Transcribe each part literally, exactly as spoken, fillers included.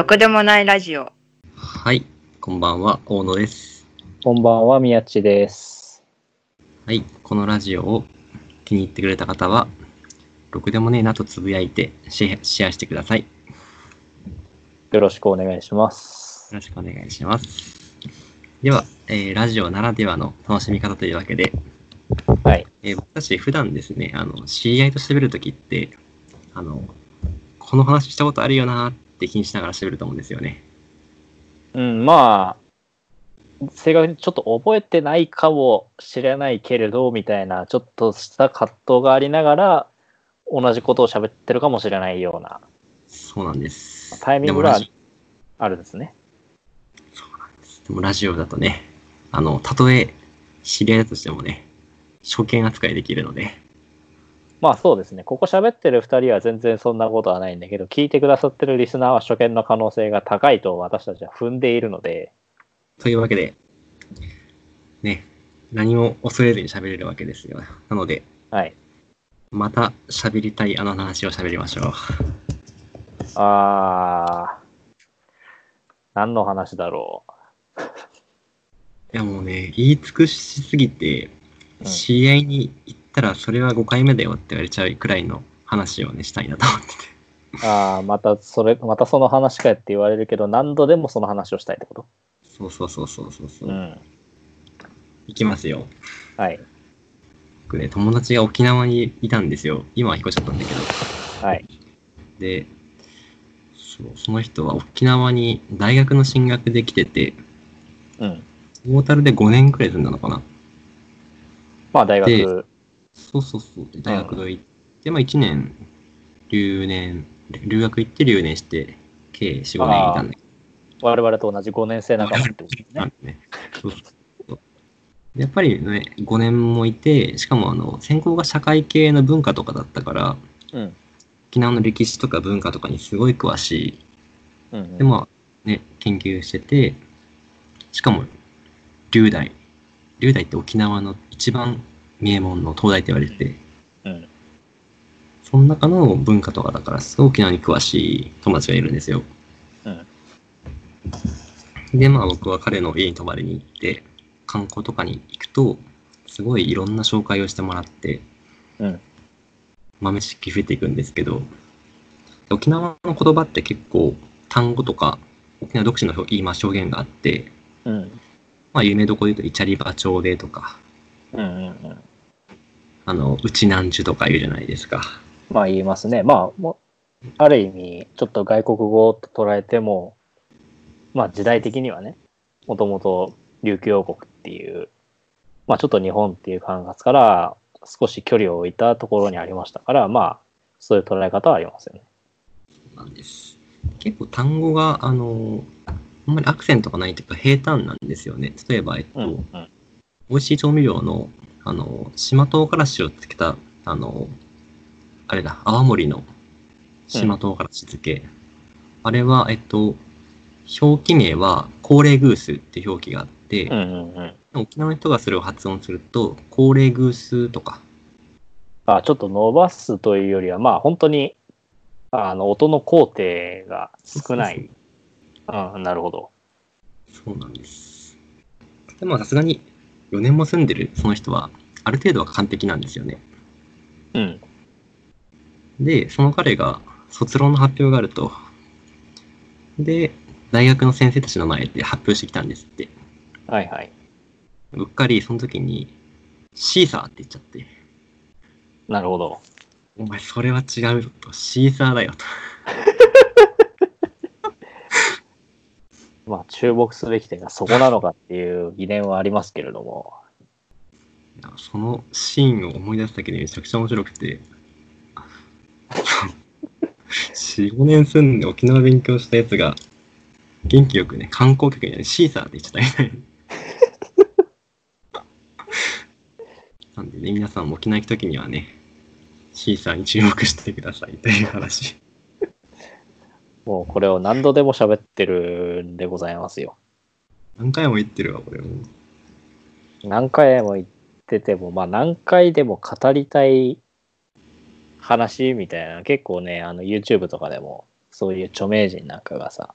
くでもないラジオ。 はい、こんばんは、大野です。 こんばんは、宮地です。 はい、このラジオを気に入ってくれた方は、ろくでもねえなとつぶやいてシェア、シェアしてください。 よろしくお願いします。 よろしくお願いします。では、えー、ラジオならではの楽しみ方というわけで、 はい。 えー、僕たち普段ですね、あの、知り合いと喋るときって、あの、この話したことあるよなーって気にしながら喋ると思うんですよね。 うん、まあ、正確にちょっと覚えてないかもしれないけれど、みたいな、ちょっとした葛藤がありながら、同じことを喋ってるかもしれないようなそうなんです。 タイミングがあるんですね。 そうなんです。でもラジオだとね、あの、たとえ知り合いだとしてもね、初見扱いできるので。 まあそうですね。ここ喋ってる二人は全然そんなことはないんだけど、聞いてくださってるリスナーは初見の可能性が高いと私たちは踏んでいるので。 というわけで、ね、何も恐れずに喋れるわけですよ。なので、 はい。 また喋りたいあの話を喋りましょう。 あー、何の話だろう。 いやもうね、言い尽くしすぎて、知り合いに行ったらそれはごかいめだよって言われちゃうくらいの話をね、したいなと思ってて。 ああ、またそれ、またその話かよって言われるけど、何度でもその話をしたいってこと？ そうそうそうそうそうそう。 うん。 いきますよ。 はい。 僕ね、友達が沖縄にいたんですよ。今は引っ越しちゃったんだけど。 はい。 で、そう、その人は沖縄に大学の進学で来てて、 うん。 トータルでごねんくらい住んだのかな。 まあ大で、 学。 そうそうそう。で大学行って、まあいちねん留年、留学行って留年して、計よん、ごねんいたんだけど。我々と同じごねん生仲間ってことですね。 ね。そうそうそう。やっぱりね、ごねんもいて、しかもあの、専攻が社会系の文化とかだったから、 うん。 沖縄の歴史とか文化とかにすごい詳しい。 うん、うん。 で、まあね、研究してて、しかも、龍大。龍大って沖縄の一番名門の東大って言われてて、 うん。 その中の文化とかだから、すごい沖縄に詳しい友達がいるんですよ。 うん。 で、まあ僕は彼の家に泊まりに行って、観光とかに行くと、すごいいろんな紹介をしてもらって、 うん。 豆知識増えていくんですけど、沖縄の言葉って結構単語とか沖縄独自の言い回し表現があって、 うん。 まあ有名どころで言うとイチャリバ町でとか、 うん。うん。 あの、うちなんじゅとか言うじゃないですか。 まあ言いますね。まあ、もある意味、ちょっと外国語と捉えても、まあ時代的にはね、もともと琉球王国っていう、まあちょっと日本っていう感覚から少し距離を置いたところにありましたから、まあそういう捉え方はありますよね。 そうなんです。結構単語が、あの、あんまりアクセントがないというか平坦なんですよね。例えば、えっと、 うんうん、 美味しい調味料の、あの、島唐辛子をつけた、あの、あれだ、泡盛の島唐辛子漬け。うん、あれは、えっと、表記名は、高齢グースって表記があって、 うんうんうん、 沖縄の人がそれを発音すると、高齢グースとか。 あ、ちょっと伸ばすというよりは、まあ本当に、あの、音の工程が少ない。うん、なるほど。 そうなんです。でもさすがによねんも住んでるその人は、ある程度は完璧なんですよね。 うん。 で、その彼が卒論の発表があると。で、大学の先生たちの前で発表してきたんですって。 はいはい。 うっかりその時に、シーサーって言っちゃって。 なるほど。 お前それは違うぞと。シーサーだよと。 まあ注目すべき点がそこなのかっていう疑念はありますけれども。 いやそのシーンを思い出すだけでめちゃくちゃ面白くて。よん、ごねん住んで沖縄勉強したやつが、元気よくね、観光客に、ね、シーサーって言っちゃったみたいな。なんでね、皆さんも沖縄行くときにはね、シーサーに注目してくださいという話。 もうこれを何度でも喋ってるんでございますよ。 何回も言ってるわ、これも。 何回も言ってても、まあ何回でも語りたい話みたいな、結構ね、あの YouTube とかでもそういう著名人なんかがさ、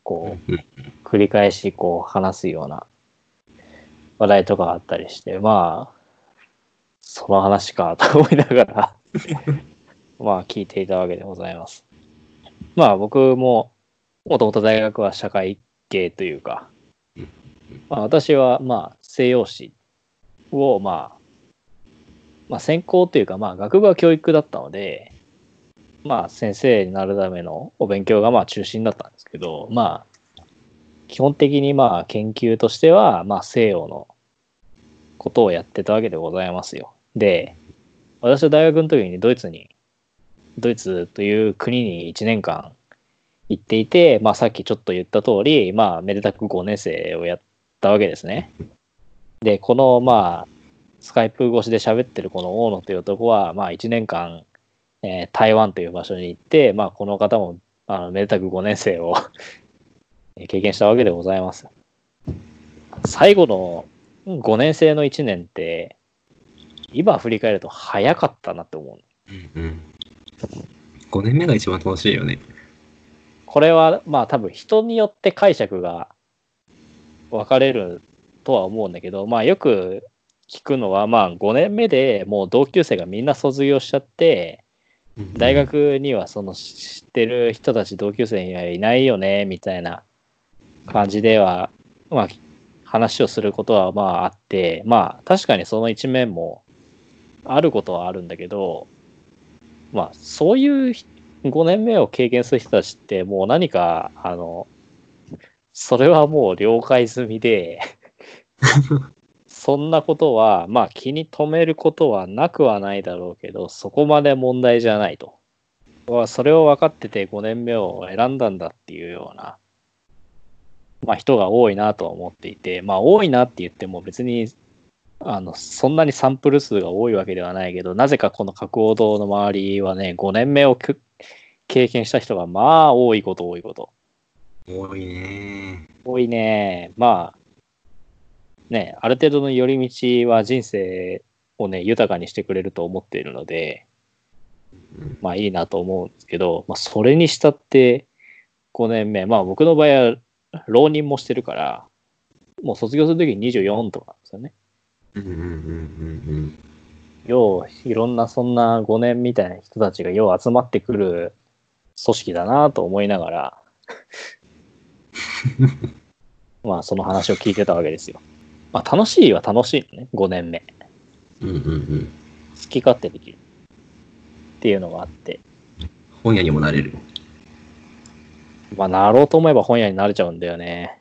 こう、 うんうん繰り返しこう話すような話題とかあったりして、まあ、その話かと思いながら、まあ聞いていたわけでございます。まあ僕も、もともと大学は社会系というか、まあ私はまあ西洋史をまあ、まあ専攻というかまあ学部は教育だったので、まあ先生になるためのお勉強がまあ中心だったんですけど、まあ基本的にまあ研究としてはまあ西洋のことをやってたわけでございますよ。で、私は大学の時にドイツに、ドイツという国にいちねんかん行っていて、まあさっきちょっと言った通り、まあめでたくごねん生をやったわけですね。で、このまあ、スカイプ越しで喋ってるこの大野という男は、まあいちねんかん、えー台湾という場所に行って、まあこの方もあのめでたくごねん生を経験したわけでございます。最後のごねん生のいちねんって、今振り返ると早かったなって思う。 うんうん。ごねんめが一番楽しいよね。 これはまあ多分人によって解釈が分かれるとは思うんだけど、まあよく聞くのはまあごねんめでもう同級生がみんな卒業しちゃって、大学にはその知ってる人たち同級生にはいないよねみたいな感じではまあ話をすることはまああって、まあ確かにその一面もあることはあるんだけど、まあそういうごねんめを経験する人たちってもう何かあのそれはもう了解済みでそんなことはまあ気に留めることはなくはないだろうけど、そこまで問題じゃないと。それを分かっててごねんめを選んだんだっていうような、まあ、人が多いなとは思っていて、まあ多いなって言っても別にあのそんなにサンプル数が多いわけではないけど、なぜかこの博鰲堂の周りはね、ごねんめを経験した人がまあ多いこと多いこと。 多いね。 多いね。まあね、ある程度の寄り道は人生をね、豊かにしてくれると思っているので、まあいいなと思うんですけど、まあそれにしたってごねんめ、まあ僕の場合は浪人もしてるから、もう卒業するときににじゅうよんとかなんですよね。 うんうんうんうんよう、いろんなそんなごねんみたいな人たちがよう集まってくる組織だなと思いながら、まあその話を聞いてたわけですよ。まあ楽しいは楽しいのね、ごねんめ。 うん。うんうんうん。 好き勝手できるっていうのがあって。 本屋にもなれる。 まあなろうと思えば本屋になれちゃうんだよね。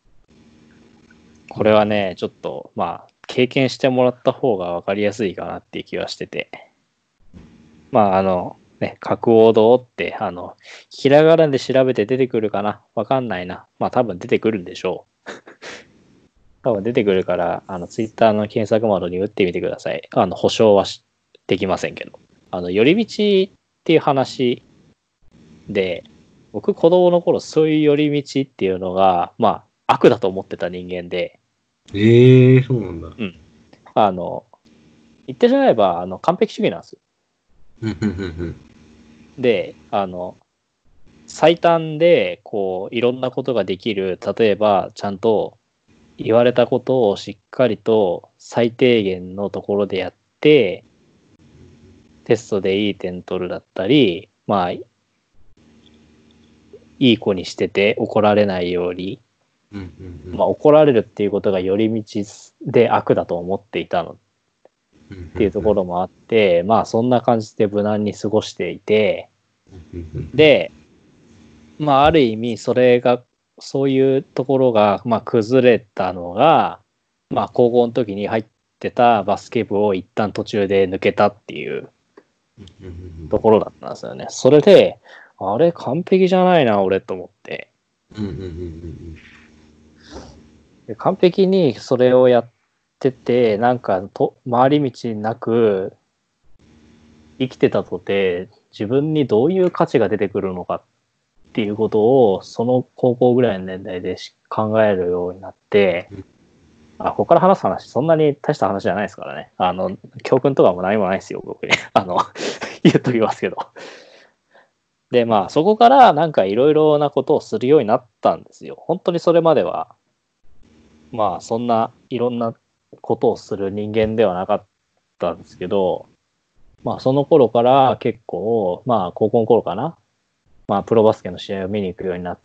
これはね、ちょっとまあ経験してもらった方が分かりやすいかなっていう気はしてて。まああの、ね、博鰲堂って、あの、ひらがなで調べて出てくるかなわかんないな。まあ多分出てくるんでしょう。多分出てくるから、あの、ツイッターの検索窓に打ってみてください。あの、保証はできませんけど。あの、寄り道っていう話で、僕子供の頃そういう寄り道っていうのが、まあ、悪だと思ってた人間で、 ええー、そうなんだ。 うん。あの、言ってしまえば、あの、完璧主義なんですよ。 うんうんうんうん。 で、あの、最短で、こう、いろんなことができる、例えば、ちゃんと言われたことをしっかりと最低限のところでやって、テストでいい点取るだったり、まあ、いい子にしてて怒られないように、 うんうんうん。 まあ、怒られるっていうことが寄り道で悪だと思っていたのっていうところもあって、まあ、そんな感じで無難に過ごしていて、で、まあ、ある意味、それが、そういうところが、まあ、崩れたのが、まあ、高校の時に入ってたバスケ部を一旦途中で抜けたっていうところだったんですよね。それで、あれ、完璧じゃないな、俺と思って。 うんうんうんうんで完璧にそれをやってて、なんかと、回り道なく生きてたとて、自分にどういう価値が出てくるのかっていうことを、その高校ぐらいの年代で考えるようになって、あ、ここから話す話、そんなに大した話じゃないですからね。あの、教訓とかも何もないですよ、僕に。あの、言っときますけど。 で、まあそこからなんかいろいろなことをするようになったんですよ。本当にそれまでは、まあそんないろんなことをする人間ではなかったんですけど、まあその頃から結構、まあ高校の頃かな、まあプロバスケの試合を見に行くようになって、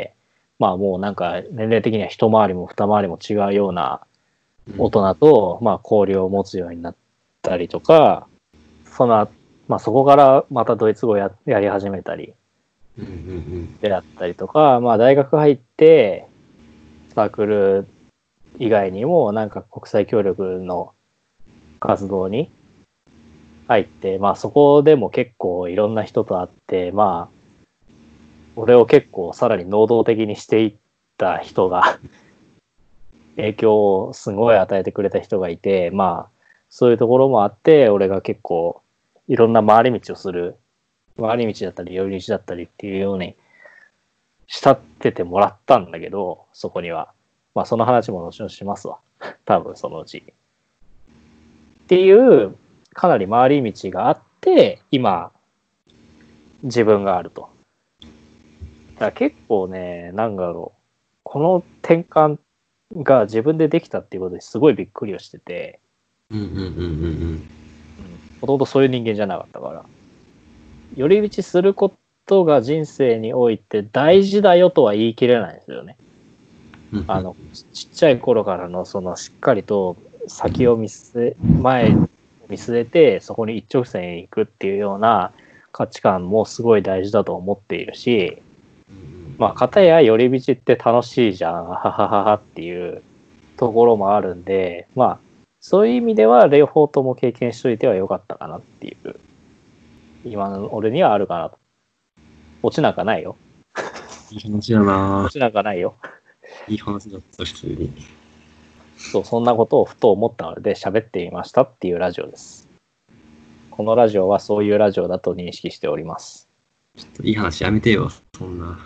まあもうなんか年齢的には一回りも二回りも違うような大人と、まあ交流を持つようになったりとか、その、まあそこからまたドイツ語ややり始めたり、 うんうんうんであったりとか、まあ大学入ってサークル以外にもなんか国際協力の活動に入って、まあそこでも結構いろんな人と会って、まあ俺を結構さらに能動的にしていった人が影響をすごい与えてくれた人がいて、まあそういうところもあって俺が結構いろんな回り道をする、回り道だったり寄り道だったりっていうように慕っててもらったんだけど、そこにはまあその話も後々しますわ多分そのうちっていうかなり回り道があって今自分があると。だから結構ね、なんだろう、この転換が自分でできたっていうことですごいびっくりをしてて、 うんうんうんうんもともとそういう人間じゃなかったから、寄り道することが人生において大事だよとは言い切れないんですよね。 うんあのちっちゃい頃からのそのしっかりと先を見据え前を見据えてそこに一直線へ行くっていうような価値観もすごい大事だと思っているし、まあ片や寄り道って楽しいじゃんははははっていうところもあるんで、まあそういう意味では両方とも経験しといてはよかったかなっていう今の俺にはあるかなと。落ちなんかないよ。 いい話だな落ちなんかないよ。 いい話だった普通に。 そう、そんなことをふと思ったので喋ってみましたっていうラジオです。このラジオはそういうラジオだと認識しております。 ちょっといい話やめてよ、そんな。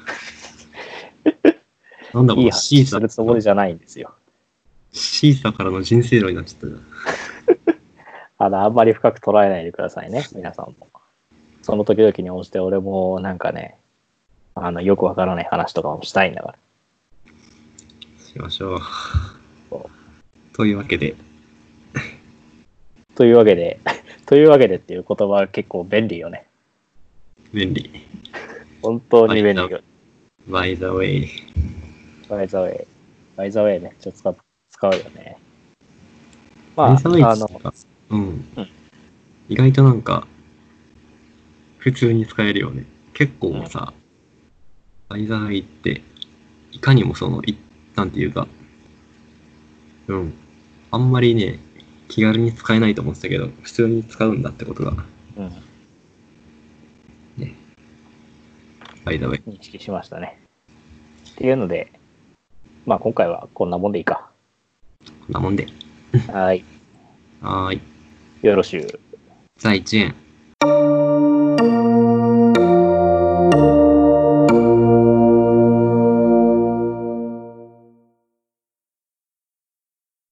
なんだこいいのシーサ話するつもりー、 じゃないんですよ。 シーサーからの人生論になっちゃったな。 あの、あんまり深く捉えないでくださいね、皆さんも。その時々に応じて俺もなんかね、あの、よくわからない話とかもしたいんだから。 しましょうそ。 というわけで。 というわけで、というわけでっていう言葉は結構便利よね。 便利。 本当に便利よ。 by the way。 バイザウェイ。バイザウェイね。ちょっと使う使うよね。ま by the way あ、あの、 うん、 うん。 意外となんか、普通に使えるよね。結構さ、by the way って、いかにもその、いなんていうか、うん。あんまりね、気軽に使えないと思ってたけど、普通に使うんだってことが、 うん。 ね。by the way。 認識しましたね。っていうので、まあ今回はこんなもんでいいか。 こんなもんで。 はい。 はーい。 よろしゅう。 再见。